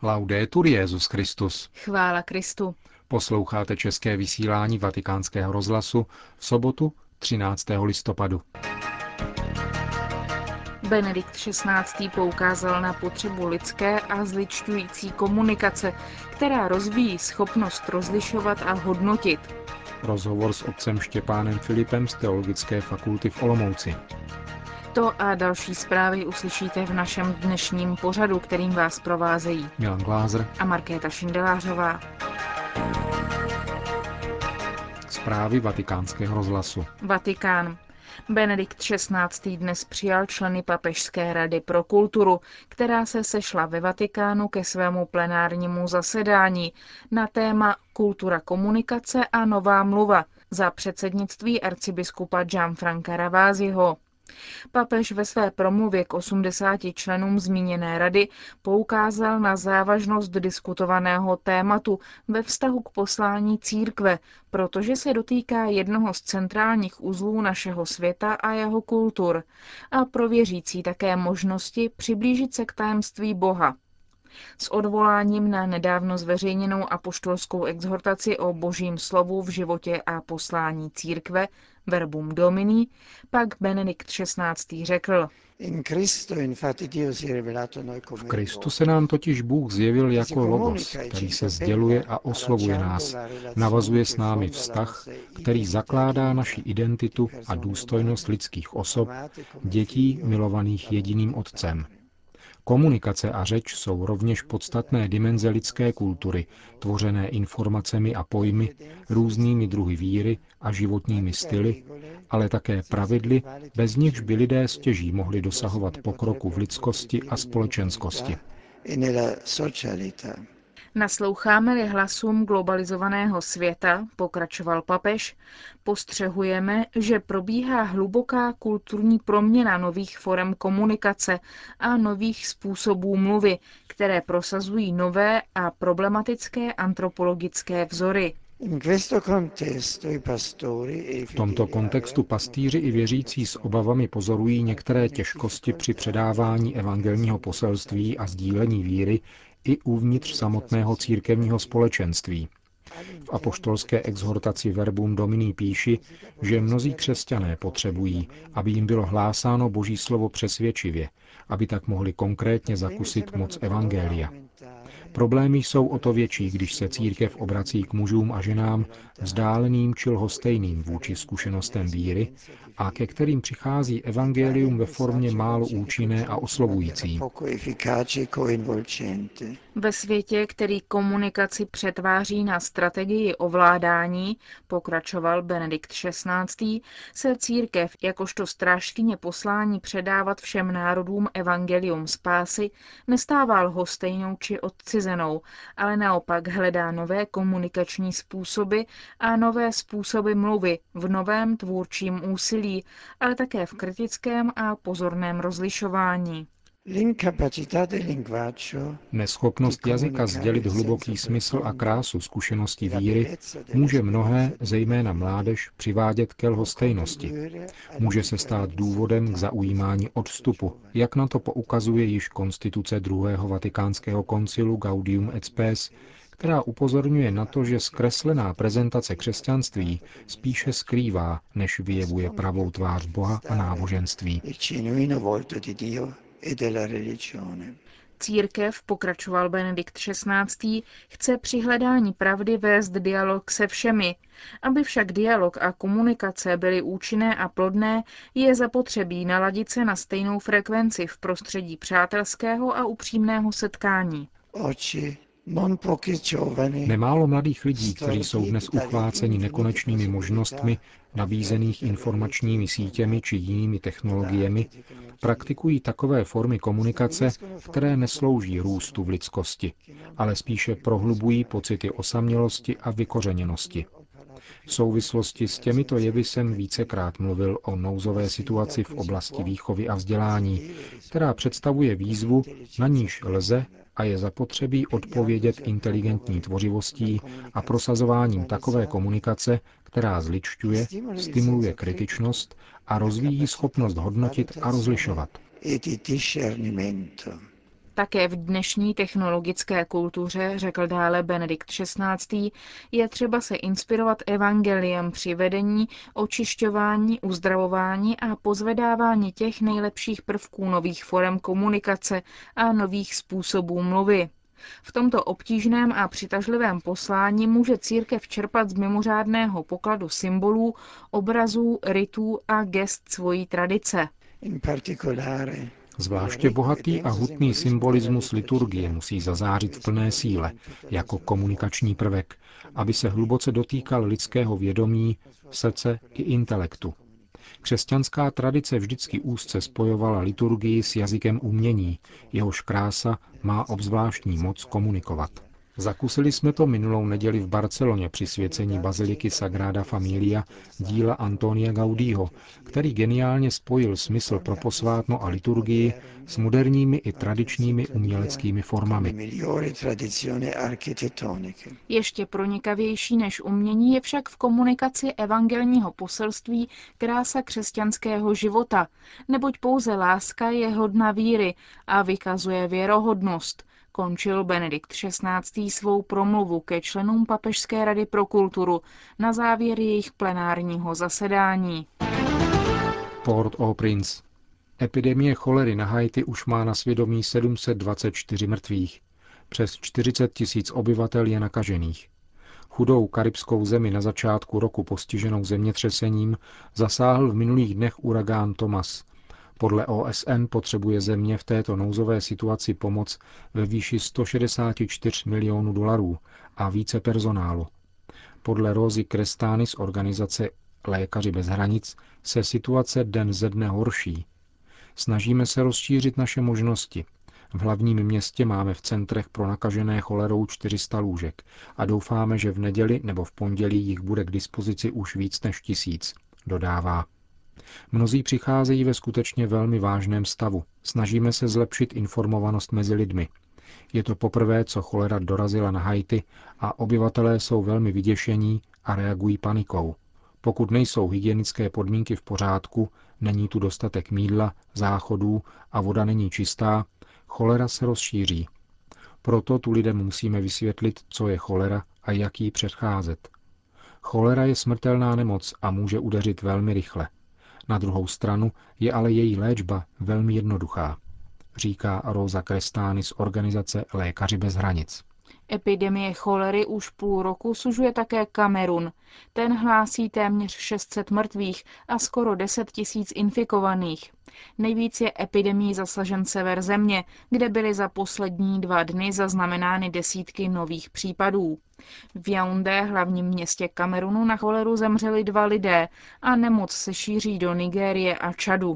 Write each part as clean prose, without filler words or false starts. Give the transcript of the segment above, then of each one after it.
Laudetur Jesus Christus. Chvála Kristu. Posloucháte české vysílání Vatikánského rozhlasu v sobotu 13. listopadu. Benedikt XVI. Poukázal na potřebu lidské a zličťující komunikace, která rozvíjí schopnost rozlišovat a hodnotit. Rozhovor s otcem Štěpánem Filipem z Teologické fakulty v Olomouci. To a další zprávy uslyšíte v našem dnešním pořadu, kterým vás provázejí Milan Glázer a Markéta Šindelářová. Zprávy Vatikánského rozhlasu. Vatikán. Benedikt XVI. Dnes přijal členy Papežské rady pro kulturu, která se sešla ve Vatikánu ke svému plenárnímu zasedání na téma Kultura komunikace a nová mluva za předsednictví arcibiskupa Gianfranca Ravasiho. Papež ve své promluvě k 80 členům zmíněné rady poukázal na závažnost diskutovaného tématu ve vztahu k poslání církve, protože se dotýká jednoho z centrálních uzlů našeho světa a jeho kultur a pro věřící také možnosti přiblížit se k tajemství Boha. S odvoláním na nedávno zveřejněnou apoštolskou exhortaci o Božím slovu v životě a poslání církve, Verbum Domini, pak Benedikt XVI. Řekl: V Kristu se nám totiž Bůh zjevil jako Logos, který se sděluje a oslovuje nás, navazuje s námi vztah, který zakládá naši identitu a důstojnost lidských osob, dětí milovaných jediným Otcem. Komunikace a řeč jsou rovněž podstatné dimenze lidské kultury, tvořené informacemi a pojmy, různými druhy víry a životními styly, ale také pravidly, bez nichž by lidé stěží mohli dosahovat pokroku v lidskosti a společenskosti. Nasloucháme-li hlasům globalizovaného světa, pokračoval papež, postřehujeme, že probíhá hluboká kulturní proměna nových forem komunikace a nových způsobů mluvy, které prosazují nové a problematické antropologické vzory. V tomto kontextu pastýři i věřící s obavami pozorují některé těžkosti při předávání evangelního poselství a sdílení víry i uvnitř samotného církevního společenství. V apoštolské exhortaci Verbum Domini píši, že mnozí křesťané potřebují, aby jim bylo hlásáno Boží slovo přesvědčivě, aby tak mohli konkrétně zakusit moc evangelia. Problémy jsou o to větší, když se církev obrací k mužům a ženám vzdáleným či lhostejným vůči zkušenostem víry a ke kterým přichází evangelium ve formě málo účinné a oslovující. Ve světě, který komunikaci přetváří na strategii ovládání, pokračoval Benedikt XVI., se církev jakožto strážkyně poslání předávat všem národům evangelium spásy nestává lhostejnou či odcizenou, ale naopak hledá nové komunikační způsoby a nové způsoby mluvy v novém tvůrčím úsilí, ale také v kritickém a pozorném rozlišování. Neschopnost jazyka sdělit hluboký smysl a krásu zkušenosti víry může mnohé, zejména mládež, přivádět ke lhostejnosti. Může se stát důvodem k zaujímání odstupu, jak na to poukazuje již konstituce druhého vatikánského koncilu Gaudium et Spes, která upozorňuje na to, že zkreslená prezentace křesťanství spíše skrývá, než vyjevuje pravou tvář Boha a náboženství. Církev, pokračoval Benedikt XVI., chce při hledání pravdy vést dialog se všemi. Aby však dialog a komunikace byly účinné a plodné, je zapotřebí naladit se na stejnou frekvenci v prostředí přátelského a upřímného setkání. Nemálo mladých lidí, kteří jsou dnes uchváceni nekonečnými možnostmi nabízených informačními sítěmi či jinými technologiemi, praktikují takové formy komunikace, které neslouží růstu v lidskosti, ale spíše prohlubují pocity osamělosti a vykořeněnosti. V souvislosti s těmito jevy jsem vícekrát mluvil o nouzové situaci v oblasti výchovy a vzdělání, která představuje výzvu, na níž lze a je zapotřebí odpovědět inteligentní tvořivostí a prosazováním takové komunikace, která zličťuje, stimuluje kritičnost a rozvíjí schopnost hodnotit a rozlišovat. Také v dnešní technologické kultuře, řekl dále Benedikt XVI., je třeba se inspirovat evangeliem při vedení, očišťování, uzdravování a pozvedávání těch nejlepších prvků nových forem komunikace a nových způsobů mluvy. V tomto obtížném a přitažlivém poslání může církev čerpat z mimořádného pokladu symbolů, obrazů, ritů a gest svojí tradice. Zvláště bohatý a hutný symbolismus liturgie musí zazářit v plné síle, jako komunikační prvek, aby se hluboce dotýkal lidského vědomí, srdce i intelektu. Křesťanská tradice vždycky úzce spojovala liturgii s jazykem umění, jehož krása má obzvláštní moc komunikovat. Zakusili jsme to minulou neděli v Barceloně při svěcení baziliky Sagrada Familia díla Antonia Gaudiho, který geniálně spojil smysl pro posvátno a liturgii s moderními i tradičními uměleckými formami. Ještě pronikavější než umění je však v komunikaci evangelního poselství krása křesťanského života, neboť pouze láska je hodna víry a vykazuje věrohodnost, končil Benedikt XVI. Svou promluvu ke členům Papežské rady pro kulturu na závěr jejich plenárního zasedání. Port-au-Prince. Epidemie cholery na Haiti už má na svědomí 724 mrtvých. Přes 40 000 obyvatel je nakažených. Chudou karibskou zemi na začátku roku postiženou zemětřesením zasáhl v minulých dnech uragán Thomas. Podle OSN potřebuje země v této nouzové situaci pomoc ve výši 164 milionů dolarů a více personálu. Podle Rosy Crestány z organizace Lékaři bez hranic se situace den ze dne horší. Snažíme se rozšířit naše možnosti. V hlavním městě máme v centrech pro nakažené cholerou 400 lůžek a doufáme, že v neděli nebo v pondělí jich bude k dispozici už víc než 1000, dodává. Mnozí přicházejí ve skutečně velmi vážném stavu. Snažíme se zlepšit informovanost mezi lidmi. Je to poprvé, co cholera dorazila na Haiti a obyvatelé jsou velmi vyděšení a reagují panikou. Pokud nejsou hygienické podmínky v pořádku, není tu dostatek mýdla, záchodů a voda není čistá, cholera se rozšíří. Proto tu lidem musíme vysvětlit, co je cholera a jak jí předcházet. Cholera je smrtelná nemoc a může udeřit velmi rychle. Na druhou stranu je ale její léčba velmi jednoduchá, říká Rosa Crestány z organizace Lékaři bez hranic. Epidemie cholery už půl roku sužuje také Kamerun. Ten hlásí téměř 600 mrtvých a skoro 10 000 infikovaných. Nejvíc je epidemií zasažen sever země, kde byly za poslední 2 dny zaznamenány desítky nových případů. V Yaoundé, hlavním městě Kamerunu, na choleru zemřeli 2 lidé a nemoc se šíří do Nigérie a Čadu.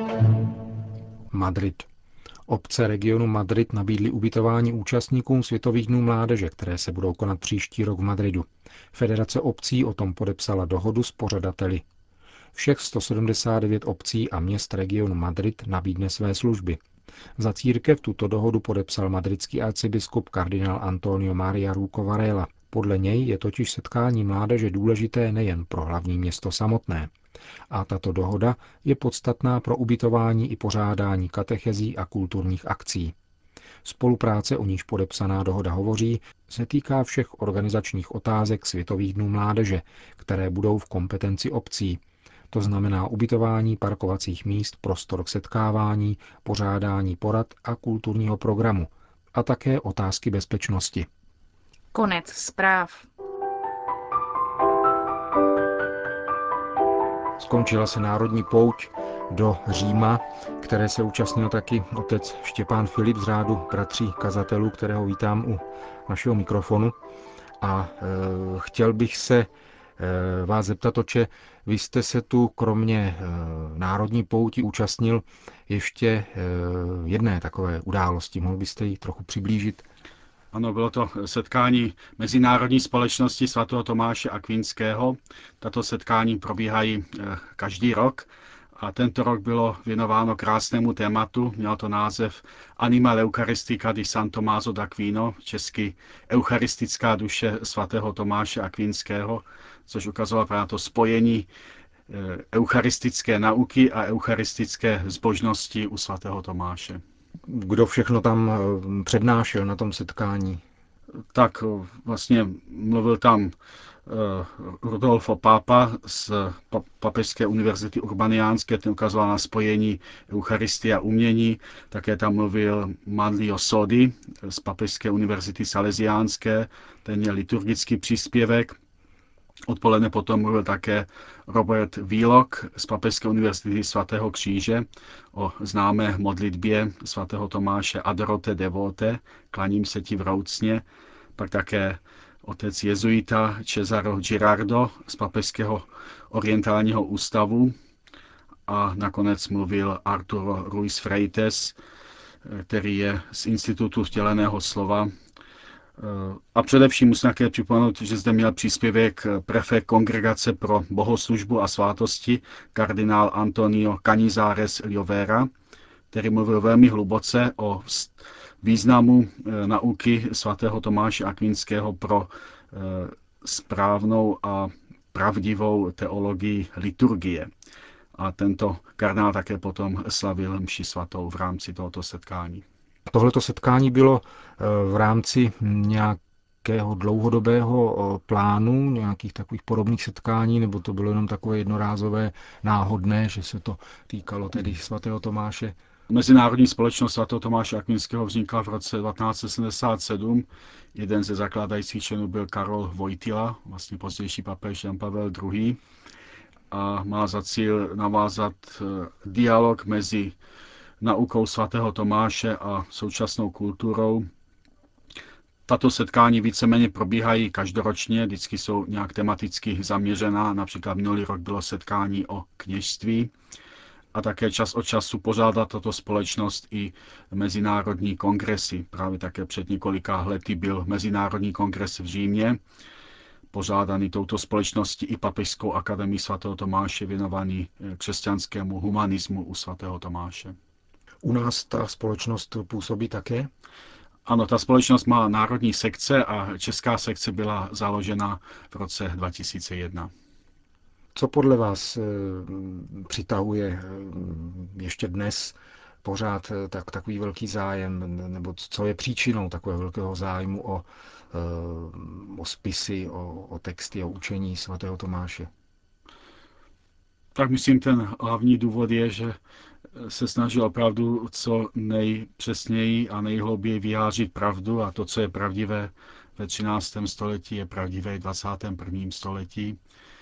Madrid. Obce regionu Madrid nabídly ubytování účastníkům Světových dnů mládeže, které se budou konat příští rok v Madridu. Federace obcí o tom podepsala dohodu s pořadateli. Všech 179 obcí a měst regionu Madrid nabídne své služby. Za církev tuto dohodu podepsal madridský arcibiskup kardinál Antonio Maria Rouco Varela. Podle něj je totiž setkání mládeže důležité nejen pro hlavní město samotné. A tato dohoda je podstatná pro ubytování i pořádání katechezí a kulturních akcí. Spolupráce, o níž podepsaná dohoda hovoří, se týká všech organizačních otázek Světových dnů mládeže, které budou v kompetenci obcí. To znamená ubytování parkovacích míst, prostor k setkávání, pořádání porad a kulturního programu a také otázky bezpečnosti. Konec zpráv. Skončila se národní pouť do Říma, které se účastnil taky otec Štěpán Filip z řádu bratří kazatelů, kterého vítám u našeho mikrofonu. A chtěl bych se vás zeptat, oče, vy jste se tu kromě národní pouti účastnil ještě jedné takové události. Mohl byste ji trochu přiblížit? Ano, bylo to setkání Mezinárodní společnosti sv. Tomáše Akvinského. Tato setkání probíhají každý rok a tento rok bylo věnováno krásnému tématu. Měl to název Anima Eucharistica di San Tommaso d'Aquino, česky Eucharistická duše sv. Tomáše Akvinského, což ukazovalo právě to spojení eucharistické nauky a eucharistické zbožnosti u sv. Tomáše. Kdo všechno tam přednášel na tom setkání? Tak vlastně mluvil tam Rudolfo Pápa z Papežské univerzity Urbaniánské, ten ukazoval na spojení Eucharistie a umění. Také tam mluvil Manlio Sodi z Papežské univerzity Salesiánské, ten měl liturgický příspěvek. Odpoledne potom mluvil také Robert Wheelock z Papežské univerzity svatého Kříže o známé modlitbě svatého Tomáše Adorote Devote, klaním se ti vroucně. Pak také otec jezuita Cesaro Girardo z Papežského orientálního ústavu a nakonec mluvil Arturo Ruiz Freites, který je z Institutu vtěleného slova. A především musím také připomenout, že zde měl příspěvek prefekt Kongregace pro bohoslužbu a svátosti kardinál Antonio Canizares Liovera, který mluvil velmi hluboce o významu nauky svatého Tomáše Akvinského pro správnou a pravdivou teologii liturgie. A tento kardinál také potom slavil mši svatou v rámci tohoto setkání. Tohleto setkání bylo v rámci nějakého dlouhodobého plánu, nějakých takových podobných setkání, nebo to bylo jenom takové jednorázové, náhodné, že se to týkalo tedy svatého Tomáše? Mezinárodní společnost svatého Tomáše Akvinského vznikla v roce 1977. Jeden ze zakládajících členů byl Karol Wojtyla, vlastně pozdější papež Jan Pavel II. A má za cíl navázat dialog mezi naukou svatého Tomáše a současnou kulturou. Tato setkání víceméně probíhají každoročně, vždycky jsou nějak tematicky zaměřená, například minulý rok bylo setkání o kněžství a také čas od času pořádá tato společnost i mezinárodní kongresy. Právě také před několika lety byl mezinárodní kongres v Římě, pořádaný touto společností i Papežskou akademií svatého Tomáše, věnovaný křesťanskému humanismu u svatého Tomáše. U nás ta společnost působí také? Ano, ta společnost má národní sekce a česká sekce byla založena v roce 2001. Co podle vás přitahuje ještě dnes pořád takový velký zájem, nebo co je příčinou takového velkého zájmu o spisy, o texty, o učení svatého Tomáše? Tak myslím, ten hlavní důvod je, že se snaží opravdu co nejpřesněji a nejhlouběji vyjádřit pravdu a to, co je pravdivé ve 13. století, je pravdivé i v 21. století.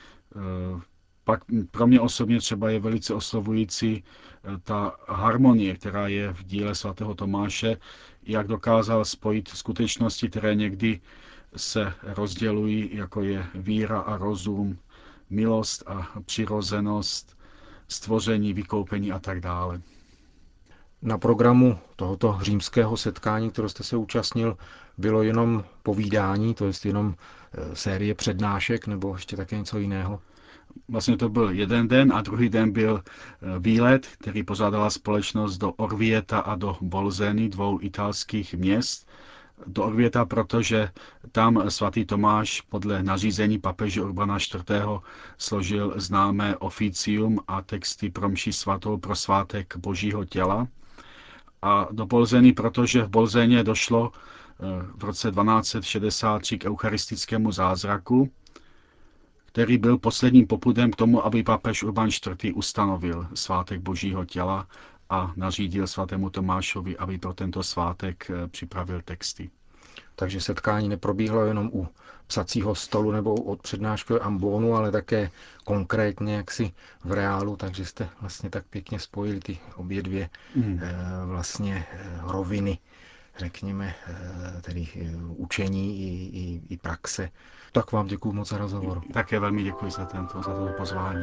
Pak pro mě osobně třeba je velice oslovující ta harmonie, která je v díle svatého Tomáše, jak dokázal spojit skutečnosti, které někdy se rozdělují, jako je víra a rozum, milost a přirozenost, stvoření, vykoupení a tak dále. Na programu tohoto římského setkání, kterého jste se účastnil, bylo jenom povídání, to je jenom série přednášek nebo ještě také něco jiného? Vlastně to byl jeden den a druhý den byl výlet, který pořádala společnost do Orvieta a do Bolzeny, dvou italských měst. Do Orvieta, protože tam svatý Tomáš podle nařízení papeže Urbana IV. Složil známé oficium a texty pro mši svatou pro svátek Božího těla. A do Bolzeny, protože v Bolzeně došlo v roce 1263 k eucharistickému zázraku, který byl posledním popudem k tomu, aby papež Urban IV. Ustanovil svátek Božího těla a nařídil svatému Tomášovi, aby pro tento svátek připravil texty. Takže setkání neprobíhalo jenom u psacího stolu nebo od přednáškového ambonu, ale také konkrétně jaksi v reálu, takže jste vlastně tak pěkně spojili ty obě dvě vlastně roviny, řekněme, tedy učení i praxe. Tak vám děkuju moc za rozhovor. Také velmi děkuji za toto pozvání.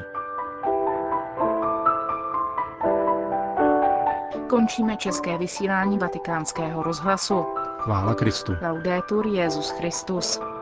Končíme české vysílání Vatikánského rozhlasu. Chvála Kristu. Laudetur Jesus Christus.